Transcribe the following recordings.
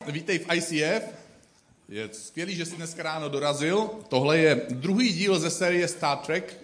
vítej v ICF. Je skvělý, že jsi dneska ráno dorazil. Tohle je druhý díl ze série Star Trek.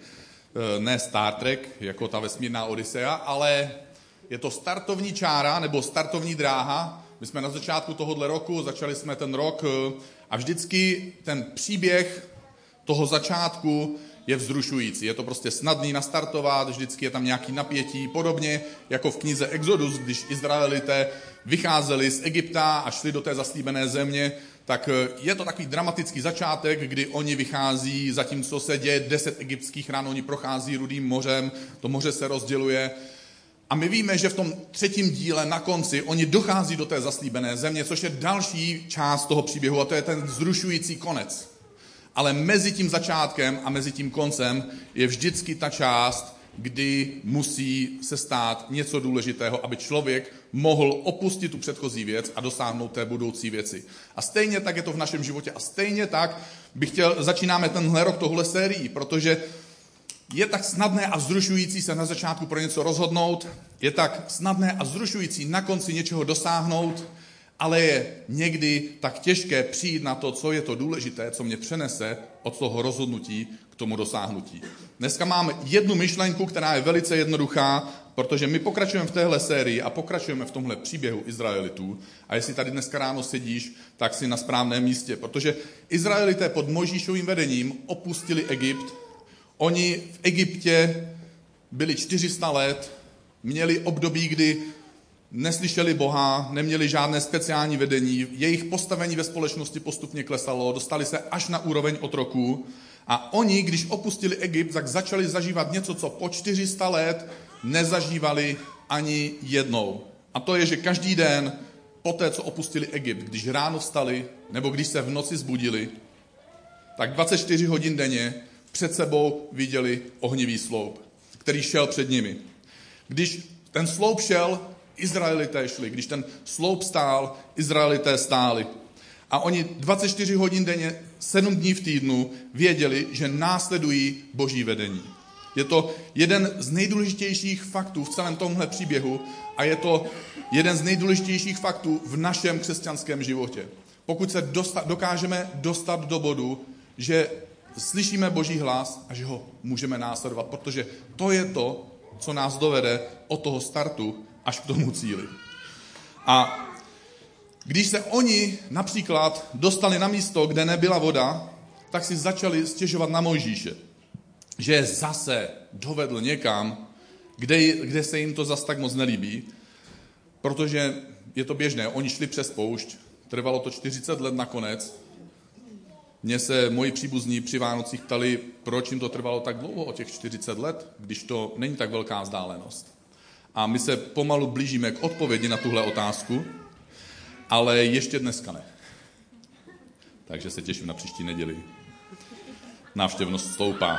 Ne Star Trek, jako ta vesmírná Odyssea, ale je to startovní čára nebo startovní dráha. My jsme na začátku tohohle roku, začali jsme ten rok a vždycky ten příběh toho začátku je vzrušující. Je to prostě snadný nastartovat, vždycky je tam nějaký napětí, podobně jako v knize Exodus, když Izraelité vycházeli z Egypta a šli do té zaslíbené země, tak je to takový dramatický začátek, kdy oni vychází, zatímco se děje 10 egyptských ran, oni prochází Rudým mořem, to moře se rozděluje. A my víme, že v tom třetím díle na konci oni dochází do té zaslíbené země, což je další část toho příběhu a to je ten vzrušující konec. Ale mezi tím začátkem a mezi tím koncem je vždycky ta část, kdy musí se stát něco důležitého, aby člověk mohl opustit tu předchozí věc a dosáhnout té budoucí věci. A stejně tak je to v našem životě. A stejně tak začínáme tenhle rok tohle sérii, protože je tak snadné a vzrušující se na začátku pro něco rozhodnout, je tak snadné a vzrušující na konci něčeho dosáhnout, ale je někdy tak těžké přijít na to, co je to důležité, co mě přenese od toho rozhodnutí k tomu dosáhnutí. Dneska máme jednu myšlenku, která je velice jednoduchá, protože my pokračujeme v téhle sérii a pokračujeme v tomhle příběhu Izraelitů. A jestli tady dneska ráno sedíš, tak jsi na správném místě, protože Izraelité pod Mojžíšovým vedením opustili Egypt. Oni v Egyptě byli 400 let, měli období, kdy neslyšeli Boha, neměli žádné speciální vedení, jejich postavení ve společnosti postupně klesalo, dostali se až na úroveň otroků a oni, když opustili Egypt, tak začali zažívat něco, co po 400 let nezažívali ani jednou. A to je, že každý den po té, co opustili Egypt, když ráno vstali nebo když se v noci zbudili, tak 24 hodin denně před sebou viděli ohnivý sloup, který šel před nimi. Když ten sloup šel, Izraelité šli. Když ten sloup stál, Izraelité stáli. A oni 24 hodin denně, 7 dní v týdnu věděli, že následují Boží vedení. Je to jeden z nejdůležitějších faktů v celém tomhle příběhu a je to jeden z nejdůležitějších faktů v našem křesťanském životě. Pokud se dokážeme dostat do bodu, že slyšíme Boží hlas a že ho můžeme následovat, protože to je to, co nás dovede od toho startu až k tomu cíli. A když se oni například dostali na místo, kde nebyla voda, tak si začali stěžovat na Mojžíše, že je zase dovedl někam, kde se jim to zas tak moc nelíbí, protože je to běžné. Oni šli přes poušť, trvalo to 40 let nakonec. Mně se moji příbuzní při Vánocích ptali, proč jim to trvalo tak dlouho, o těch 40 let, když to není tak velká vzdálenost. A my se pomalu blížíme k odpovědi na tuhle otázku, ale ještě dneska ne. Takže se těším na příští neděli. Návštěvnost stoupá.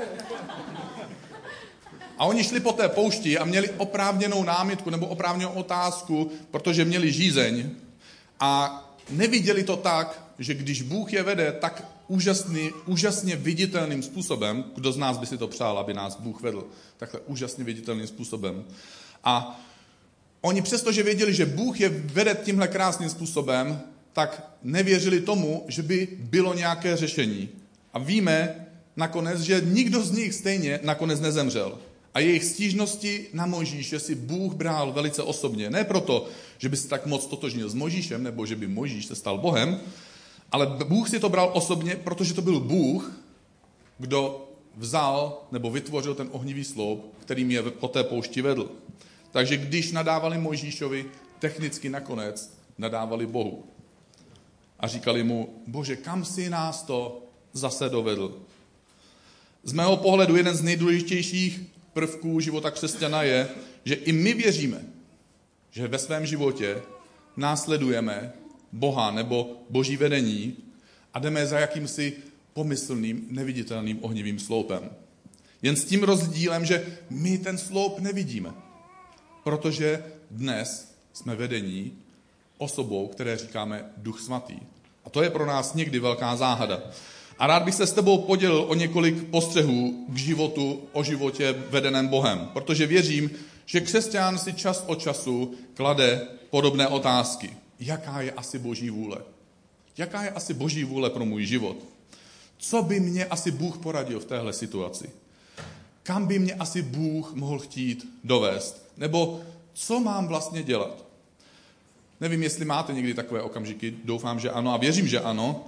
A oni šli po té poušti a měli oprávněnou námitku nebo oprávněnou otázku, protože měli žízeň a neviděli to tak, že když Bůh je vede tak úžasně viditelným způsobem, kdo z nás by si to přál, aby nás Bůh vedl takhle úžasně viditelným způsobem. A oni přestože věděli, že Bůh je vede tímhle krásným způsobem, tak nevěřili tomu, že by bylo nějaké řešení. A víme nakonec, že nikdo z nich stejně nakonec nezemřel. A jejich stížnosti na Mojžíše si Bůh bral velice osobně. Ne proto, že by se tak moc totožnil s Mojžíšem, nebo že by Mojžíš se stal Bohem, ale Bůh si to bral osobně, protože to byl Bůh, kdo vzal nebo vytvořil ten ohnivý sloup, kterým je po té poušti vedl. Takže když nadávali Mojžíšovi, technicky nakonec nadávali Bohu. A říkali mu, Bože, kam si nás to zase dovedl? Z mého pohledu jeden z nejdůležitějších prvků života křesťana je, že i my věříme, že ve svém životě následujeme Boha nebo Boží vedení a jdeme za jakýmsi pomyslným, neviditelným ohnivým sloupem. Jen s tím rozdílem, že my ten sloup nevidíme, protože dnes jsme vedení osobou, které říkáme Duch Svatý. A to je pro nás někdy velká záhada. A rád bych se s tebou podělil o několik postřehů k životu, o životě vedeném Bohem, protože věřím, že křesťan si čas od času klade podobné otázky. jaká je asi Boží vůle. Jaká je asi Boží vůle pro můj život? Co by mě asi Bůh poradil v téhle situaci? Kam by mě asi Bůh mohl chtít dovést? Nebo co mám vlastně dělat? Nevím, jestli máte někdy takové okamžiky, doufám, že ano a věřím, že ano.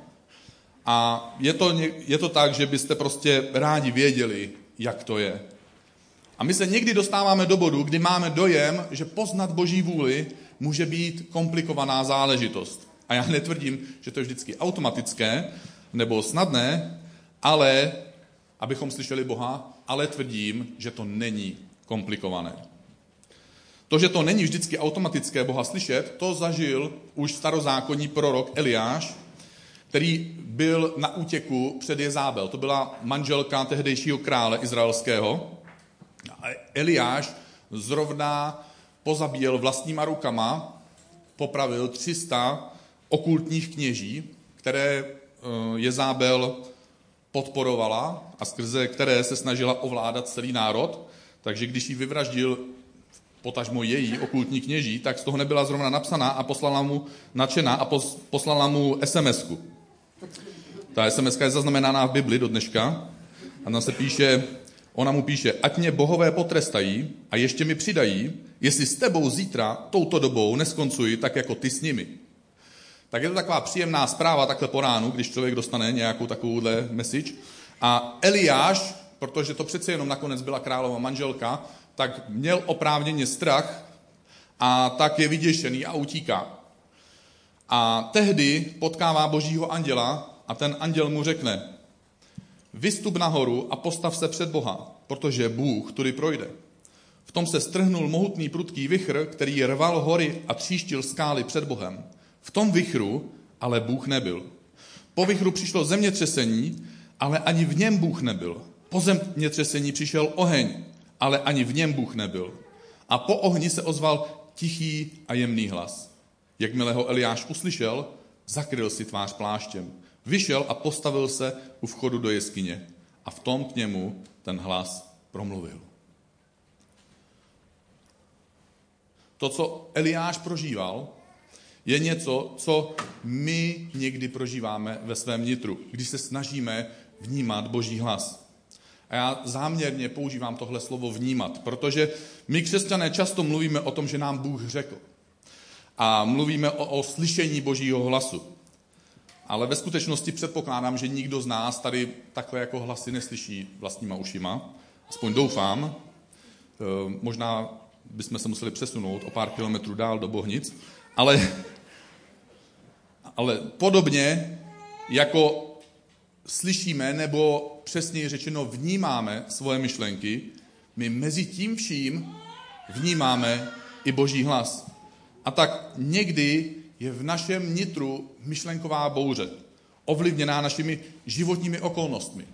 A je to tak, že byste prostě rádi věděli, jak to je. A my se někdy dostáváme do bodu, kdy máme dojem, že poznat Boží vůli může být komplikovaná záležitost. A já netvrdím, že to je vždycky automatické nebo snadné, ale, abychom slyšeli Boha, ale tvrdím, že to není komplikované. To, že to není vždycky automatické Boha slyšet, to zažil už starozákonní prorok Eliáš, který byl na útěku před Jezábel. To byla manželka tehdejšího krále izraelského. A Eliáš zrovna pozabíjel vlastníma rukama, popravil 300 okultních kněží, které Jezábel podporovala a skrze které se snažila ovládat celý národ. Takže když ji vyvraždil potažmo její okultní kněží, tak z toho nebyla zrovna napsaná a poslala mu nadšená a poslala mu SMS-ku. Ta SMS-ka je zaznamenána v Bibli do dneška a tam se píše, ona mu píše, ať mě bohové potrestají a ještě mi přidají, jestli s tebou zítra touto dobou neskoncuji tak jako ty s nimi. Tak je to taková příjemná zpráva takhle po ránu, když člověk dostane nějakou takovouhle message. A Eliáš, protože to přece jenom nakonec byla králova manželka, tak měl oprávněně strach a tak je vyděšený a utíká. A tehdy potkává Božího anděla a ten anděl mu řekne, vystup nahoru a postav se před Boha, protože Bůh tudy projde. V tom se strhnul mohutný prudký vichr, který rval hory a tříštil skály před Bohem. V tom vichru ale Bůh nebyl. Po vichru přišlo zemětřesení, ale ani v něm Bůh nebyl. Po zemětřesení přišel oheň, ale ani v něm Bůh nebyl. A po ohni se ozval tichý a jemný hlas. Jakmile ho Eliáš uslyšel, zakryl si tvář pláštěm. Vyšel a postavil se u vchodu do jeskyně. A v tom k němu ten hlas promluvil. To, co Eliáš prožíval, je něco, co my někdy prožíváme ve svém nitru, když se snažíme vnímat Boží hlas. A já záměrně používám tohle slovo vnímat, protože my křesťané často mluvíme o tom, že nám Bůh řekl. A mluvíme o slyšení Božího hlasu. Ale ve skutečnosti předpokládám, že nikdo z nás tady takhle jako hlasy neslyší vlastníma ušima. Aspoň doufám. Možná bychom se museli přesunout o pár kilometrů dál do Bohnic. Ale podobně, jako slyšíme, nebo přesněji řečeno vnímáme svoje myšlenky, my mezi tím vším vnímáme i Boží hlas. A tak někdy je v našem nitru myšlenková bouře, ovlivněná našimi životními okolnostmi.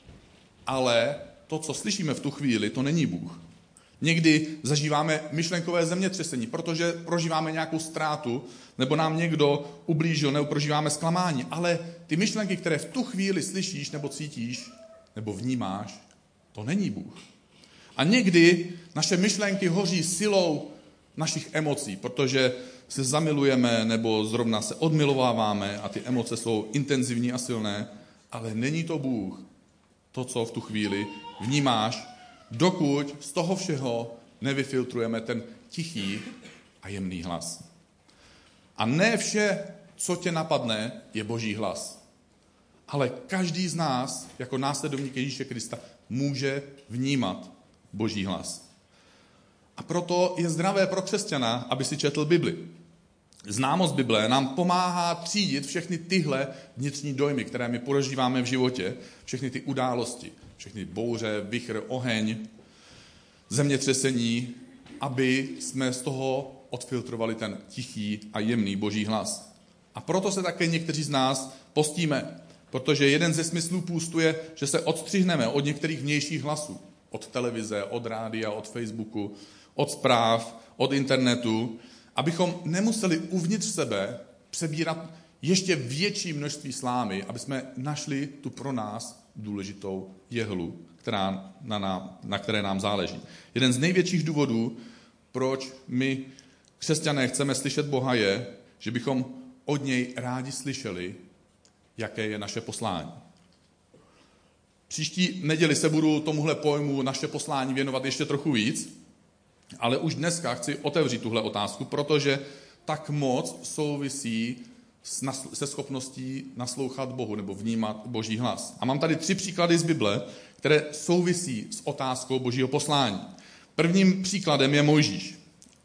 Ale to, co slyšíme v tu chvíli, to není Bůh. Někdy zažíváme myšlenkové zemětřesení, protože prožíváme nějakou ztrátu, nebo nám někdo ublížil, nebo prožíváme zklamání. Ale ty myšlenky, které v tu chvíli slyšíš, nebo cítíš, nebo vnímáš, to není Bůh. A někdy naše myšlenky hoří silou našich emocí, protože se zamilujeme, nebo zrovna se odmilováváme a ty emoce jsou intenzivní a silné, ale není to Bůh, to, co v tu chvíli vnímáš, dokud z toho všeho nevyfiltrujeme ten tichý a jemný hlas. A ne vše, co tě napadne, je Boží hlas. Ale každý z nás, jako následovník Ježíše Krista, může vnímat Boží hlas. A proto je zdravé pro křesťana, aby si četl Bibli. Známost Bible nám pomáhá třídit všechny tyhle vnitřní dojmy, které my prožíváme v životě, všechny ty události, všechny bouře, vichr, oheň, zemětřesení, aby jsme z toho odfiltrovali ten tichý a jemný Boží hlas. A proto se také někteří z nás postíme, protože jeden ze smyslů půstu je, že se odstřihneme od některých vnějších hlasů. Od televize, od rádia, od Facebooku, od zpráv, od internetu, abychom nemuseli uvnitř sebe přebírat ještě větší množství slámy, aby jsme našli tu pro nás důležitou jehlu, na které nám záleží. Jeden z největších důvodů, proč my, křesťané, chceme slyšet Boha, je, že bychom od něj rádi slyšeli, jaké je naše poslání. Příští neděli se budu tomuhle pojmu naše poslání věnovat ještě trochu víc, ale už dneska chci otevřít tuhle otázku, protože tak moc souvisí se schopností naslouchat Bohu nebo vnímat Boží hlas. A mám tady 3 příklady z Bible, které souvisí s otázkou Božího poslání. Prvním příkladem je Mojžíš.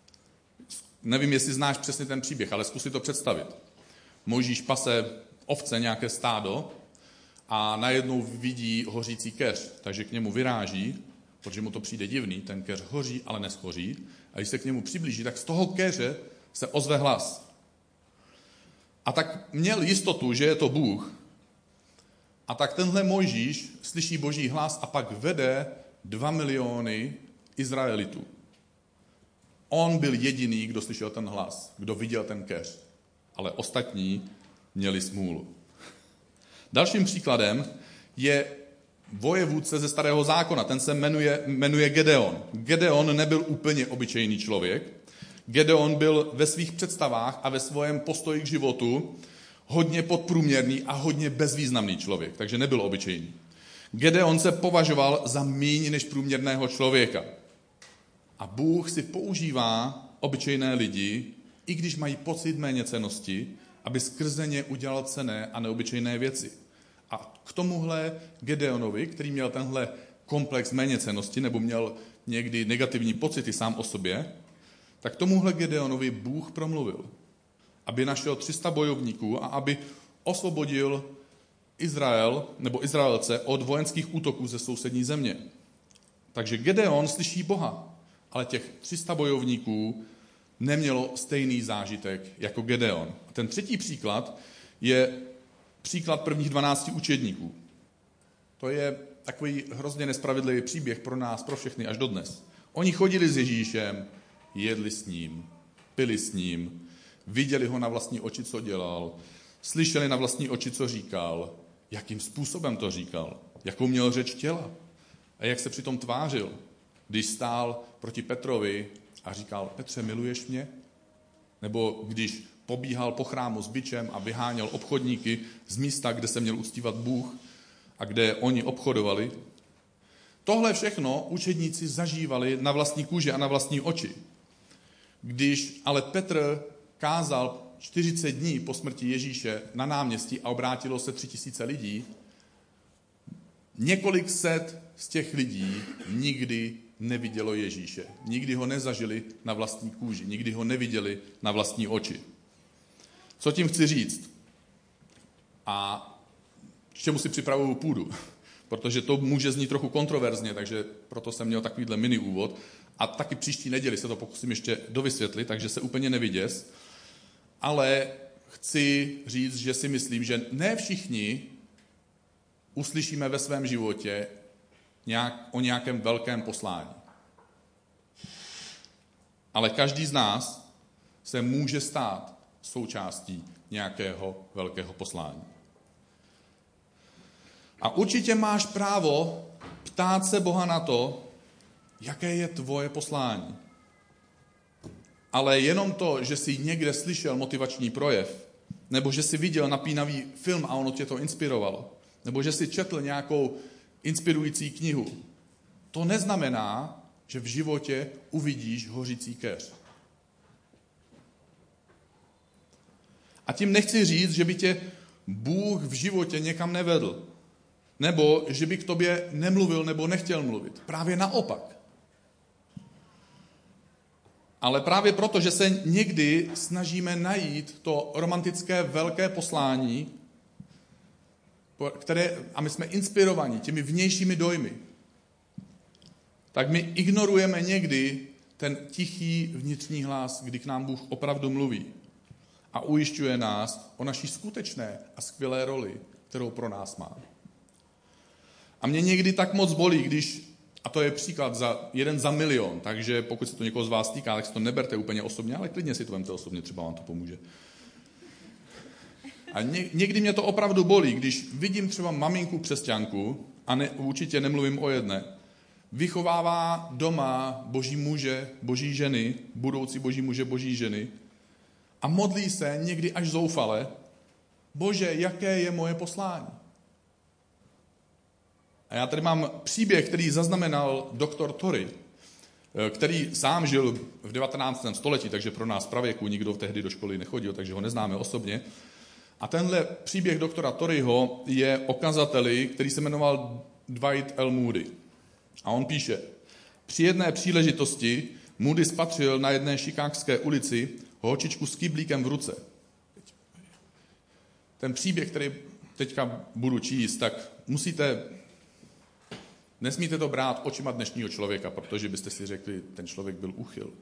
Nevím, jestli znáš přesně ten příběh, ale zkus si to představit. Mojžíš pase ovce, nějaké stádo, a najednou vidí hořící keř, takže k němu vyráží, protože mu to přijde divný, ten keř hoří, ale neschoří. A když se k němu přiblíží, tak z toho keře se ozve hlas. A tak měl jistotu, že je to Bůh. A tak tenhle Mojžíš slyší Boží hlas a pak vede 2 miliony Izraelitů. On byl jediný, kdo slyšel ten hlas, kdo viděl ten keř. Ale ostatní měli smůlu. Dalším příkladem je vojevůdce ze Starého zákona. Ten se jmenuje Gedeon. Gedeon nebyl úplně obyčejný člověk. Gedeon byl ve svých představách a ve svém postoji k životu hodně podprůměrný a hodně bezvýznamný člověk, takže nebyl obyčejný. Gedeon se považoval za míň než průměrného člověka. A Bůh si používá obyčejné lidi, i když mají pocit méněcennosti, aby skrze ně udělal cenné a neobyčejné věci. A k tomuhle Gedeonovi, který měl tenhle komplex méněcennosti, nebo měl někdy negativní pocity sám o sobě, tak tomuhle Gedeonovi Bůh promluvil, aby našel 300 bojovníků a aby osvobodil Izrael nebo Izraelce od vojenských útoků ze sousední země. Takže Gedeon slyší Boha, ale těch 300 bojovníků nemělo stejný zážitek jako Gedeon. A ten třetí příklad je příklad prvních 12 učedníků. To je takový hrozně nespravedlivý příběh pro nás, pro všechny až dodnes. Oni chodili s Ježíšem, jedli s ním, pili s ním, viděli ho na vlastní oči, co dělal, slyšeli na vlastní oči, co říkal, jakým způsobem to říkal, jakou měl řeč těla a jak se přitom tvářil, když stál proti Petrovi a říkal: Petře, miluješ mě? Nebo když pobíhal po chrámu s bičem a vyháněl obchodníky z místa, kde se měl uctívat Bůh a kde oni obchodovali. Tohle všechno učedníci zažívali na vlastní kůži a na vlastní oči. Když ale Petr kázal 40 dní po smrti Ježíše na náměstí a obrátilo se 3000 lidí, několik set z těch lidí nikdy nevidělo Ježíše. Nikdy ho nezažili na vlastní kůži, nikdy ho neviděli na vlastní oči. Co tím chci říct? A k čemu si připravuju půdu? Protože to může znít trochu kontroverzně, takže proto jsem měl takovýhle mini úvod. A taky příští neděli se to pokusím ještě dovysvětlit, takže se úplně neviděs. Ale chci říct, že si myslím, že ne všichni uslyšíme ve svém životě o nějakém velkém poslání. Ale každý z nás se může stát součástí nějakého velkého poslání. A určitě máš právo ptát se Boha na to, jaké je tvoje poslání. Ale jenom to, že jsi někde slyšel motivační projev, nebo že jsi viděl napínavý film a ono tě to inspirovalo, nebo že jsi četl nějakou inspirující knihu, to neznamená, že v životě uvidíš hořící keř. A tím nechci říct, že by tě Bůh v životě někam nevedl, nebo že by k tobě nemluvil nebo nechtěl mluvit. Právě naopak. Ale právě proto, že se někdy snažíme najít to romantické velké poslání, a my jsme inspirovaní těmi vnějšími dojmy, tak my ignorujeme někdy ten tichý vnitřní hlas, kdy k nám Bůh opravdu mluví a ujišťuje nás o naší skutečné a skvělé roli, kterou pro nás má. A mě někdy tak moc bolí, když, a to je příklad jeden za milion, takže pokud se to někoho z vás týká, tak si to neberte úplně osobně, ale klidně si to vemte osobně, třeba vám to pomůže. A někdy mě to opravdu bolí, když vidím třeba maminku křesťanku, a určitě nemluvím o jedné, vychovává doma boží muže, boží ženy, budoucí boží muže, boží ženy, a modlí se někdy až zoufale, Bože, jaké je moje poslání? A já tady mám příběh, který zaznamenal doktor Torrey, který sám žil v 19. století, takže pro nás pravěku nikdo tehdy do školy nechodil, takže ho neznáme osobně. A tenhle příběh doktora Torreyho je o kazateli, který se jmenoval Dwight L. Moody. A on píše, při jedné příležitosti Moody spatřil na jedné chicagské ulici holčičku s kyblíkem v ruce. Ten příběh, který teďka budu číst, tak nesmíte to brát očima dnešního člověka, protože byste si řekli, ten člověk byl úchyl.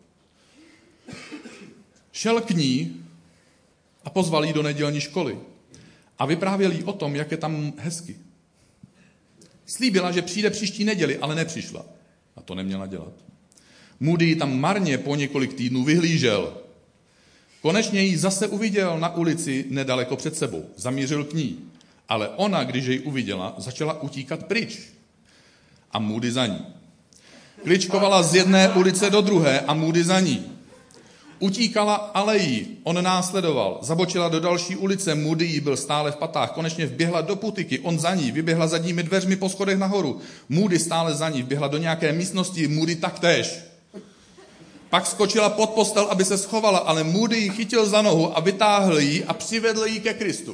Šel k ní a pozval jí do nedělní školy a vyprávěl jí o tom, jak je tam hezky. Slíbila, že přijde příští neděli, ale nepřišla. A to neměla dělat. Moody ji tam marně po několik týdnů vyhlížel. Konečně ji zase uviděl na ulici nedaleko před sebou. Zamířil k ní. Ale ona, když jej uviděla, začala utíkat pryč. A Moody za ní. Kličkovala z jedné ulice do druhé a Moody za ní. Utíkala alejí, on následoval. Zabočila do další ulice, Moody jí byl stále v patách. Konečně vběhla do putiky, on za ní. Vyběhla zadními dveřmi po schodech nahoru. Moody stále za ní. Vběhla do nějaké místnosti, Moody taktéž. Pak skočila pod postel, aby se schovala, ale Moody ji chytil za nohu a vytáhl ji a přivedl ji ke Kristu.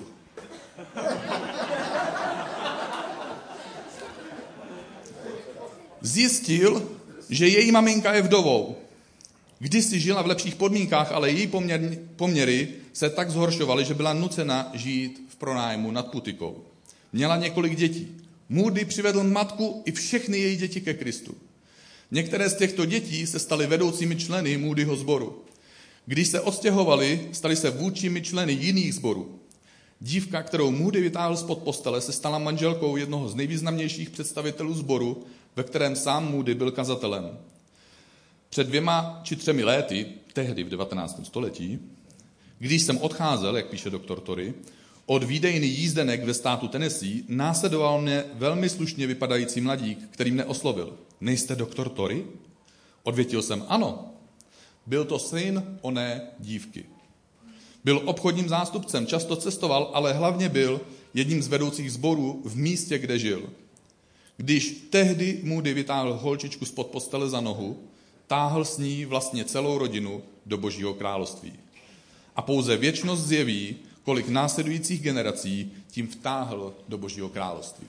Zjistil, že její maminka je vdovou. Kdysi žila v lepších podmínkách, ale její poměry se tak zhoršovaly, že byla nucena žít v pronájmu nad putikou. Měla několik dětí. Moody přivedl matku i všechny její děti ke Kristu. Některé z těchto dětí se staly vedoucími členy Moodyho sboru. Když se odstěhovali, stali se vůdčími členy jiných sborů. Dívka, kterou Moody vytáhl spod postele, se stala manželkou jednoho z nejvýznamnějších představitelů sboru, ve kterém sám Moody byl kazatelem. Před 2 či 3 lety, tehdy v 19. století, když jsem odcházel, jak píše doktor Torrey, od výdejný jízdenek ve státu Tennessee, následoval mě velmi slušně vypadající mladík, který mne oslovil. Nejste doktor Torrey? Odvětil jsem ano. Byl to syn oné dívky. Byl obchodním zástupcem, často cestoval, ale hlavně byl jedním z vedoucích sborů v místě, kde žil. Když tehdy Moody vytáhl holčičku spod postele za nohu, táhl s ní vlastně celou rodinu do Božího království. A pouze věčnost zjeví, kolik následujících generací tím vtáhl do Božího království.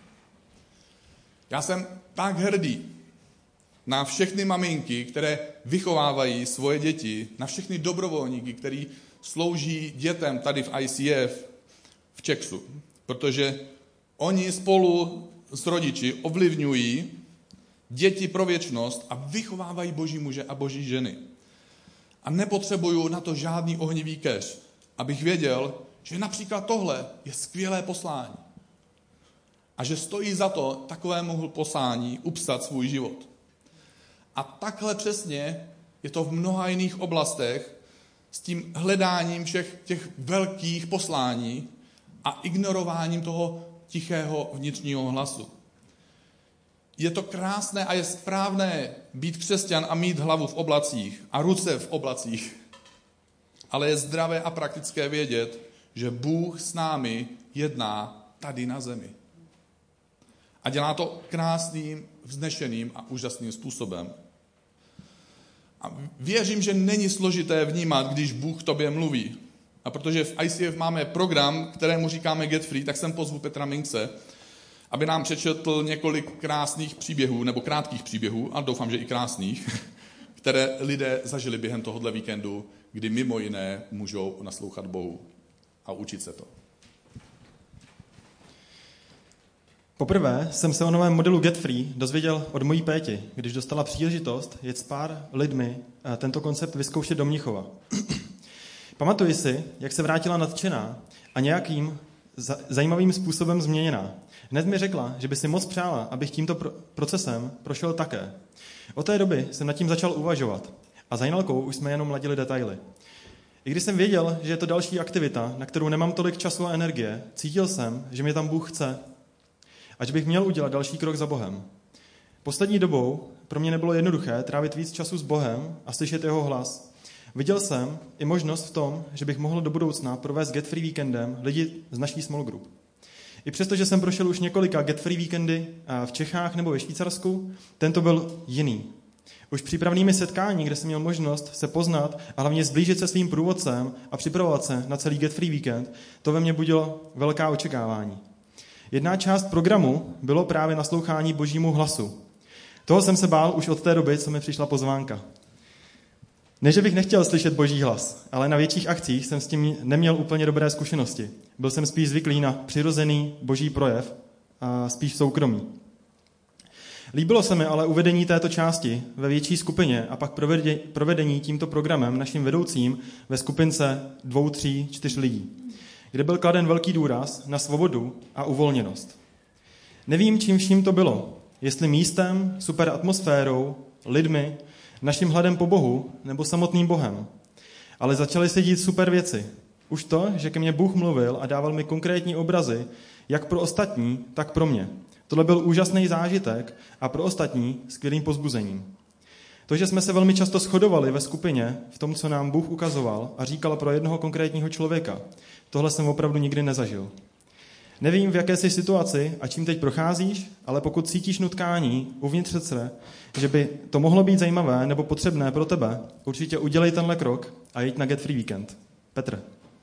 Já jsem tak hrdý na všechny maminky, které vychovávají svoje děti, na všechny dobrovolníky, kteří slouží dětem tady v ICF v Čeksu, protože oni spolu s rodiči ovlivňují děti pro věčnost a vychovávají Boží muže a Boží ženy. A nepotřebuju na to žádný ohnivý keř, abych věděl, že například tohle je skvělé poslání. A že stojí za to takovému poslání upsat svůj život. A takhle přesně je to v mnoha jiných oblastech s tím hledáním všech těch velkých poslání a ignorováním toho tichého vnitřního hlasu. Je to krásné a je správné být křesťan a mít hlavu v oblacích a ruce v oblacích. Ale je zdravé a praktické vědět, že Bůh s námi jedná tady na zemi. A dělá to krásným, vznešeným a úžasným způsobem. A věřím, že není složité vnímat, když Bůh k tobě mluví. A protože v ICF máme program, kterému říkáme Get Free, tak sem pozvu Petra Minkse, aby nám přečetl několik krásných příběhů, nebo krátkých příběhů, a doufám, že i krásných, které lidé zažili během tohohle víkendu, kdy mimo jiné můžou naslouchat Bohu a učit se to. Poprvé jsem se o novém modelu Get Free dozvěděl od mojí Péti, když dostala příležitost jet s pár lidmi tento koncept vyzkoušet do Mnichova. Pamatuji si, jak se vrátila nadšená a nějakým zajímavým způsobem změněná. Hned mi řekla, že by si moc přála, abych tímto procesem prošel také. Od té doby jsem nad tím začal uvažovat a za Jinalkou už jsme jenom ladili detaily. I když jsem věděl, že je to další aktivita, na kterou nemám tolik času a energie, cítil jsem, že mě tam Bůh chce a že bych měl udělat další krok za Bohem. Poslední dobou pro mě nebylo jednoduché trávit víc času s Bohem a slyšet jeho hlas. Viděl jsem i možnost v tom, že bych mohl do budoucna provést Get Free víkendem lidi z naší small group. I přesto, že jsem prošel už několika Get Free víkendy v Čechách nebo ve Švýcarsku, tento byl jiný. Už přípravnými setkání, kde jsem měl možnost se poznat a hlavně zblížit se svým průvodcem a připravovat se na celý Get Free víkend, to ve mně budilo velká očekávání. Jedna část programu bylo právě naslouchání Božímu hlasu. Toho jsem se bál už od té doby, co mi přišla pozvánka. Ne, že bych nechtěl slyšet Boží hlas, ale na větších akcích jsem s tím neměl úplně dobré zkušenosti. Byl jsem spíš zvyklý na přirozený Boží projev a spíš soukromý. Líbilo se mi ale uvedení této části ve větší skupině a pak provedení tímto programem naším vedoucím ve skupince 2, 3, 4 lidí, kde byl kladen velký důraz na svobodu a uvolněnost. Nevím, čím vším to bylo, jestli místem, super atmosférou, lidmi, naším hladem po Bohu nebo samotným Bohem. Ale začaly se dít super věci. Už to, že ke mně Bůh mluvil a dával mi konkrétní obrazy, jak pro ostatní, tak pro mě. Tohle byl úžasný zážitek a pro ostatní skvělým povzbuzením. To, že jsme se velmi často shodovali ve skupině v tom, co nám Bůh ukazoval a říkal pro jednoho konkrétního člověka, tohle jsem opravdu nikdy nezažil. Nevím, v jaké jsi situaci a čím teď procházíš, ale pokud cítíš nutkání uvnitř srdce, že by to mohlo být zajímavé nebo potřebné pro tebe, určitě udělej tenhle krok a jeď na Get Free Weekend. Petr.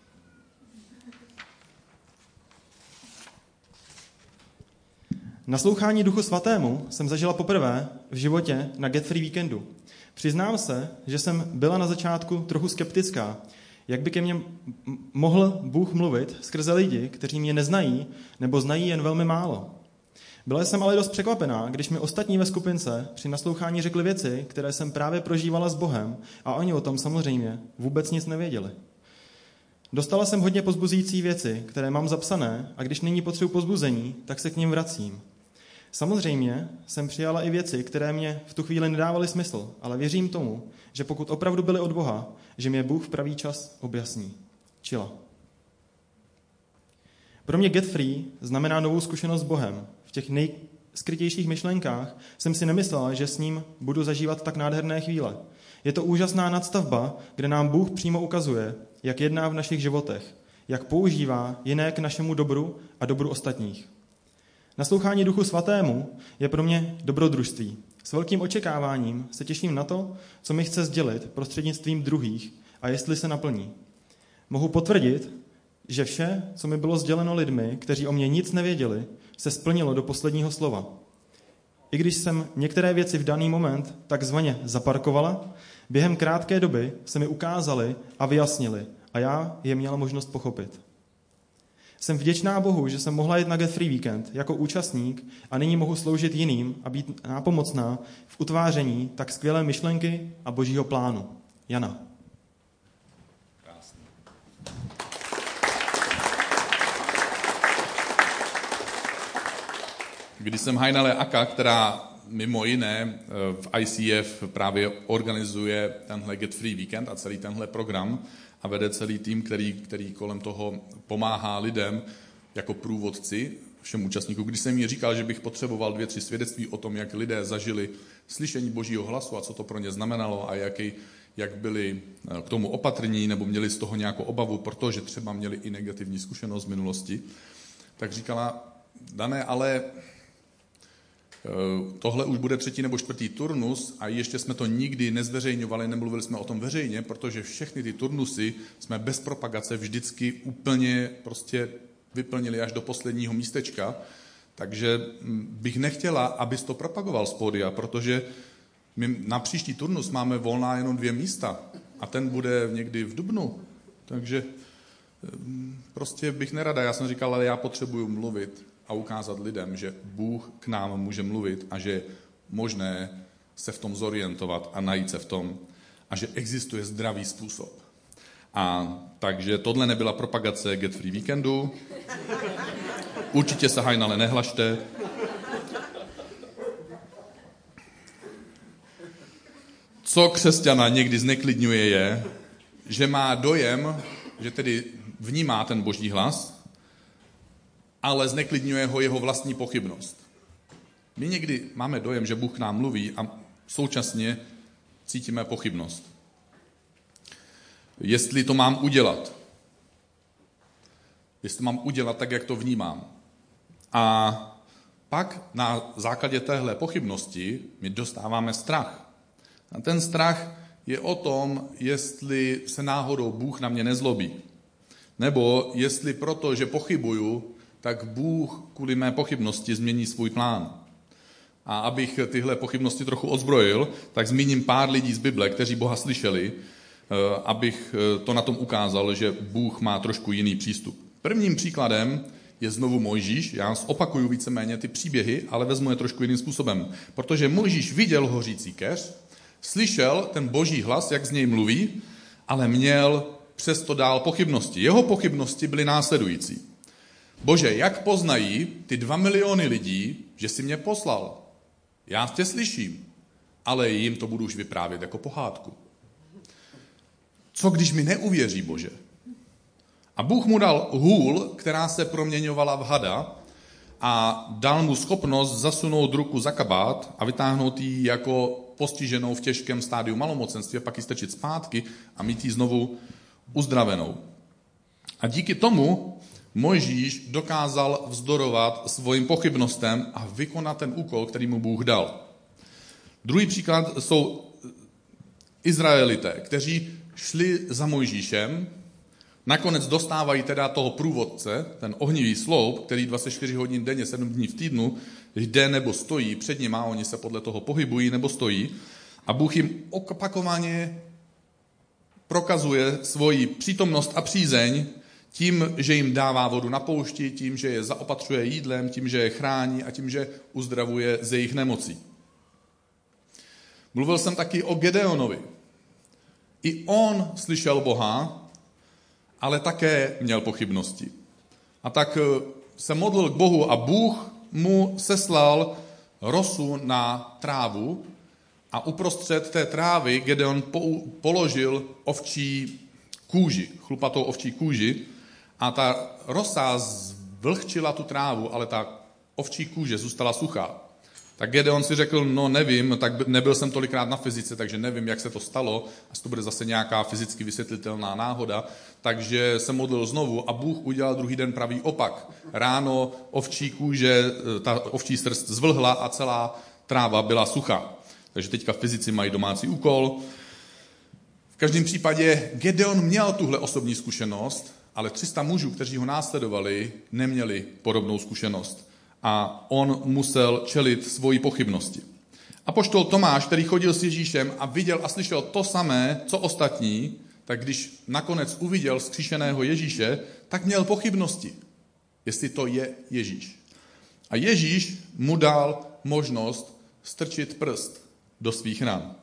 Naslouchání Duchu Svatému jsem zažila poprvé v životě na Get Free Weekendu. Přiznám se, že jsem byla na začátku trochu skeptická, jak by ke mně mohl Bůh mluvit skrze lidi, kteří mě neznají nebo znají jen velmi málo. Byla jsem ale dost překvapená, když mi ostatní ve skupince při naslouchání řekli věci, které jsem právě prožívala s Bohem a oni o tom samozřejmě vůbec nic nevěděli. Dostala jsem hodně pozbuzující věci, které mám zapsané a když nyní potřebuji pozbuzení, tak se k nim vracím. Samozřejmě jsem přijala i věci, které mě v tu chvíli nedávaly smysl, ale věřím tomu, že pokud opravdu byly od Boha, že mě Bůh v pravý čas objasní. Čila. Pro mě Get Free znamená novou zkušenost s Bohem. V těch nejskrytějších myšlenkách jsem si nemyslela, že s ním budu zažívat tak nádherné chvíle. Je to úžasná nadstavba, kde nám Bůh přímo ukazuje, jak jedná v našich životech, jak používá jiné k našemu dobru a dobru ostatních. Naslouchání Duchu Svatému je pro mě dobrodružství. S velkým očekáváním se těším na to, co mi chce sdělit prostřednictvím druhých a jestli se naplní. Mohu potvrdit, že vše, co mi bylo sděleno lidmi, kteří o mě nic nevěděli, se splnilo do posledního slova. I když jsem některé věci v daný moment takzvaně zaparkovala, během krátké doby se mi ukázaly a vyjasnily a já je měla možnost pochopit. Jsem vděčná Bohu, že jsem mohla jít na Get Free Weekend jako účastník a nyní mohu sloužit jiným a být nápomocná v utváření tak skvělé myšlenky a Božího plánu. Jana. Krásný. Když jsem hajnale Aka, která mimo jiné v ICF právě organizuje tenhle Get Free Weekend a celý tenhle program a vede celý tým, který kolem toho pomáhá lidem jako průvodci všem účastníkům. Když jsem jí říkal, že bych potřeboval 2-3 svědectví o tom, jak lidé zažili slyšení Božího hlasu a co to pro ně znamenalo a jak byli k tomu opatrní nebo měli z toho nějakou obavu, protože třeba měli i negativní zkušenost v minulosti, tak říkala, Dané, ale tohle už bude 3. nebo 4. turnus a ještě jsme to nikdy nezveřejňovali, nemluvili jsme o tom veřejně, protože všechny ty turnusy jsme bez propagace vždycky úplně prostě vyplnili až do posledního místečka, takže bych nechtěla, abys to propagoval z pódia, protože my na příští turnus máme volná jenom 2 místa a ten bude někdy v dubnu, takže prostě bych nerada, já jsem říkal, ale já potřebuju mluvit a ukázat lidem, že Bůh k nám může mluvit a že je možné se v tom zorientovat a najít se v tom a že existuje zdravý způsob. A takže tohle nebyla propagace Get Free Weekendu. Určitě se hajnale nehlašte. Co křesťana někdy zneklidňuje je, že má dojem, že tedy vnímá ten Boží hlas, ale zneklidňuje ho jeho vlastní pochybnost. My někdy máme dojem, že Bůh k nám mluví a současně cítíme pochybnost. jestli to mám udělat. Jestli mám udělat tak, jak to vnímám. A pak na základě téhle pochybnosti my dostáváme strach. A ten strach je o tom, jestli se náhodou Bůh na mě nezlobí. Nebo jestli proto, že pochybuju, tak Bůh kvůli mé pochybnosti změní svůj plán. A abych tyhle pochybnosti trochu odzbrojil, tak zmíním pár lidí z Bible, kteří Boha slyšeli, abych to na tom ukázal, že Bůh má trošku jiný přístup. Prvním příkladem je znovu Mojžíš. Já opakuju víceméně ty příběhy, ale vezmu je trošku jiným způsobem. Protože Mojžíš viděl hořící keř, slyšel ten boží hlas, jak z něj mluví, ale měl přesto dál pochybnosti. Jeho pochybnosti byly následující. Bože, jak poznají ty 2 miliony lidí, že jsi mě poslal? Já tě slyším, ale jim to budu už vyprávět jako pohádku. Co když mi neuvěří, Bože? A Bůh mu dal hůl, která se proměňovala v hada a dal mu schopnost zasunout ruku za kabát a vytáhnout ji jako postiženou v těžkém stádiu malomocenství a pak ji strčit zpátky a mít ji znovu uzdravenou. A díky tomu Mojžíš dokázal vzdorovat svým pochybnostem a vykonat ten úkol, který mu Bůh dal. Druhý příklad jsou Izraelité, kteří šli za Mojžíšem, nakonec dostávají teda toho průvodce, ten ohnivý sloup, který 24 hodin denně, 7 dní v týdnu jde nebo stojí před nima, oni se podle toho pohybují nebo stojí a Bůh jim opakovaně prokazuje svoji přítomnost a přízeň tím, že jim dává vodu na poušti, tím, že je zaopatřuje jídlem, tím, že je chrání a tím, že uzdravuje ze jejich nemocí. Mluvil jsem taky o Gedeonovi. I on slyšel Boha, ale také měl pochybnosti. A tak se modlil k Bohu a Bůh mu seslal rosu na trávu a uprostřed té trávy Gedeon položil ovčí kůži, chlupatou ovčí kůži a ta rosa zvlhčila tu trávu, ale ta ovčí kůže zůstala suchá. Tak Gedeon si řekl, no nevím, tak nebyl jsem tolikrát na fyzice, takže nevím, jak se to stalo, asi to bude zase nějaká fyzicky vysvětlitelná náhoda, takže se modlil znovu a Bůh udělal druhý den pravý opak. Ráno ovčí kůže, ta ovčí srst zvlhla a celá tráva byla suchá. Takže teďka fyzici mají domácí úkol. V každém případě Gedeon měl tuhle osobní zkušenost, ale 300 mužů, kteří ho následovali, neměli podobnou zkušenost. A on musel čelit svoji pochybnosti. Apoštol Tomáš, který chodil s Ježíšem a viděl a slyšel to samé, co ostatní, tak když nakonec uviděl vzkříšeného Ježíše, tak měl pochybnosti, jestli to je Ježíš. A Ježíš mu dal možnost strčit prst do svých ran.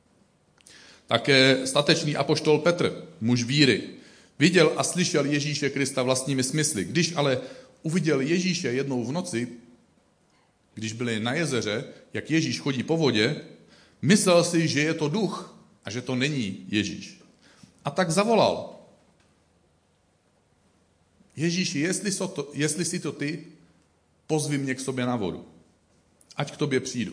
Také statečný apoštol Petr, muž víry, viděl a slyšel Ježíše Krista vlastními smysly. Když ale uviděl Ježíše jednou v noci, když byli na jezeře, jak Ježíš chodí po vodě, myslel si, že je to duch a že to není Ježíš. A tak zavolal. Ježíši, jestli jsi to ty, pozvi mě k sobě na vodu. Ať k tobě přijdu.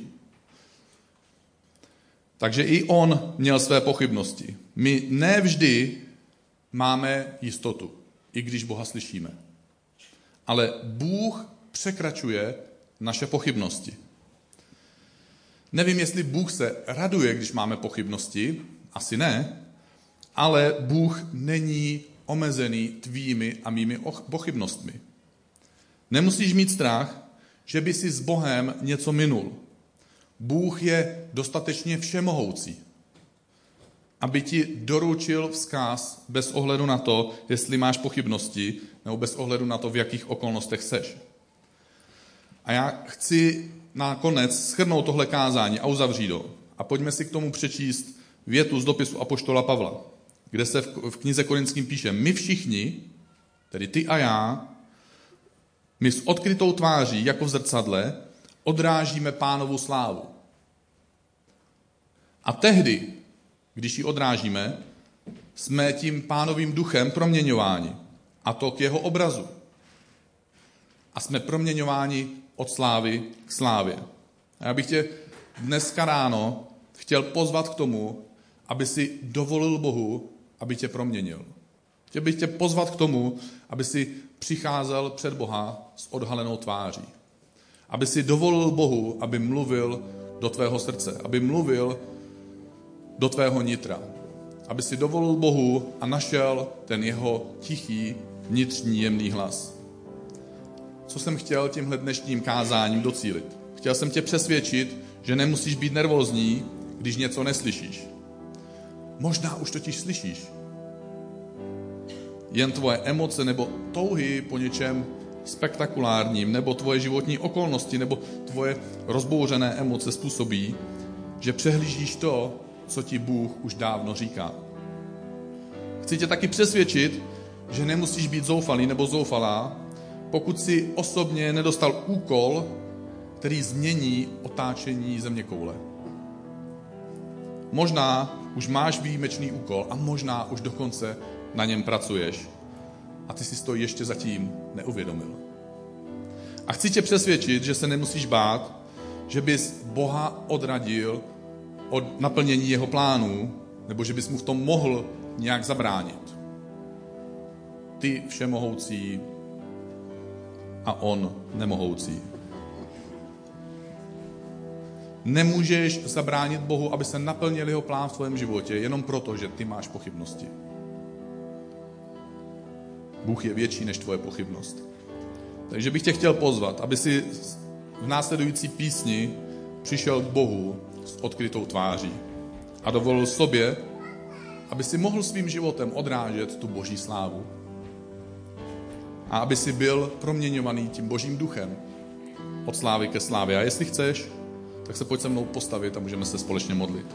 Takže i on měl své pochybnosti. My nevždy máme jistotu, i když Boha slyšíme. Ale Bůh překračuje naše pochybnosti. Nevím, jestli Bůh se raduje, když máme pochybnosti, asi ne, ale Bůh není omezený tvými a mými pochybnostmi. Nemusíš mít strach, že by si s Bohem něco minul. Bůh je dostatečně všemohoucí, aby ti doručil vzkaz bez ohledu na to, jestli máš pochybnosti, nebo bez ohledu na to, v jakých okolnostech seš. A já chci nakonec shrnout tohle kázání a uzavřít ho. A pojďme si k tomu přečíst větu z dopisu apoštola Pavla, kde se v knize Korinským píše, my všichni, tedy ty a já, my s odkrytou tváří, jako v zrcadle, odrážíme Pánovu slávu. A tehdy, když ji odrážíme, jsme tím Pánovým duchem proměňováni, a to k jeho obrazu. A jsme proměňováni od slávy k slávě. A já bych tě dneska ráno chtěl pozvat k tomu, aby si dovolil Bohu, aby tě proměnil. Chtěl bych tě pozvat k tomu, aby si přicházel před Boha s odhalenou tváří. Aby si dovolil Bohu, aby mluvil do tvého srdce, aby mluvil do tvého nitra. Aby si dovolil Bohu a našel ten jeho tichý, vnitřní, jemný hlas. Co jsem chtěl tímhle dnešním kázáním docílit? Chtěl jsem tě přesvědčit, že nemusíš být nervózní, když něco neslyšíš. Možná už totiž slyšíš. Jen tvoje emoce nebo touhy po něčem spektakulárním, nebo tvoje životní okolnosti, nebo tvoje rozbouřené emoce způsobí, že přehlížíš to, co ti Bůh už dávno říká. Chci tě taky přesvědčit, že nemusíš být zoufalý nebo zoufalá, pokud si osobně nedostal úkol, který změní otáčení zeměkoule. Možná už máš výjimečný úkol a možná už dokonce na něm pracuješ a ty si to ještě zatím neuvědomil. A chci tě přesvědčit, že se nemusíš bát, že bys Boha odradil od naplnění jeho plánů, nebo že bys mu v tom mohl nějak zabránit. Ty všemohoucí a on nemohoucí. Nemůžeš zabránit Bohu, aby se naplnil jeho plán v tvém životě, jenom proto, že ty máš pochybnosti. Bůh je větší než tvoje pochybnost. Takže bych tě chtěl pozvat, aby si v následující písni přišel k Bohu s odkrytou tváří a dovolil sobě, aby si mohl svým životem odrážet tu Boží slávu. A aby si byl proměňovaný tím Božím duchem od slávy ke slávě. A jestli chceš, tak se pojď se mnou postavit a můžeme se společně modlit.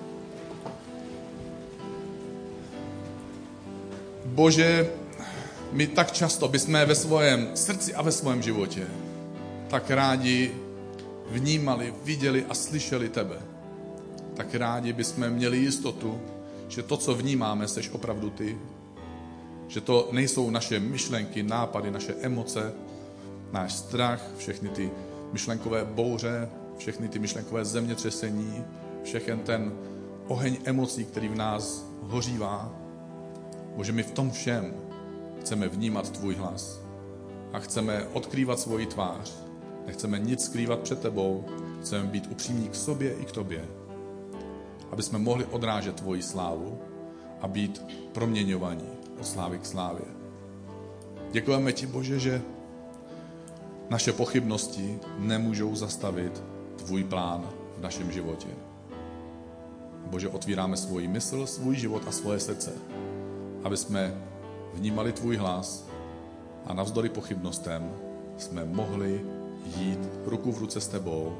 Bože, my tak často bychom ve svém srdci a ve svém životě tak rádi vnímali, viděli a slyšeli tebe. Tak rádi bychom měli jistotu, že to, co vnímáme, seš opravdu ty. Že to nejsou naše myšlenky, nápady, naše emoce, náš strach, všechny ty myšlenkové bouře, všechny ty myšlenkové zemětřesení, všechen ten oheň emocí, který v nás hořívá. Bože, my v tom všem chceme vnímat tvůj hlas a chceme odkrývat svoji tvář. Nechceme nic skrývat před tebou, chceme být upřímní k sobě i k tobě, aby jsme mohli odrážet tvoji slávu a být proměňovaní od slávy k slávě. Děkujeme ti, Bože, že naše pochybnosti nemůžou zastavit tvůj plán v našem životě. Bože, otvíráme svůj mysl, svůj život a svoje srdce, aby jsme vnímali tvůj hlas a navzdory pochybnostem jsme mohli jít ruku v ruce s tebou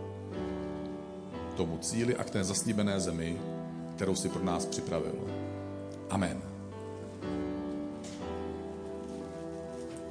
k tomu cíli a k té zaslíbené zemi, kterou si pro nás připravil. Amen.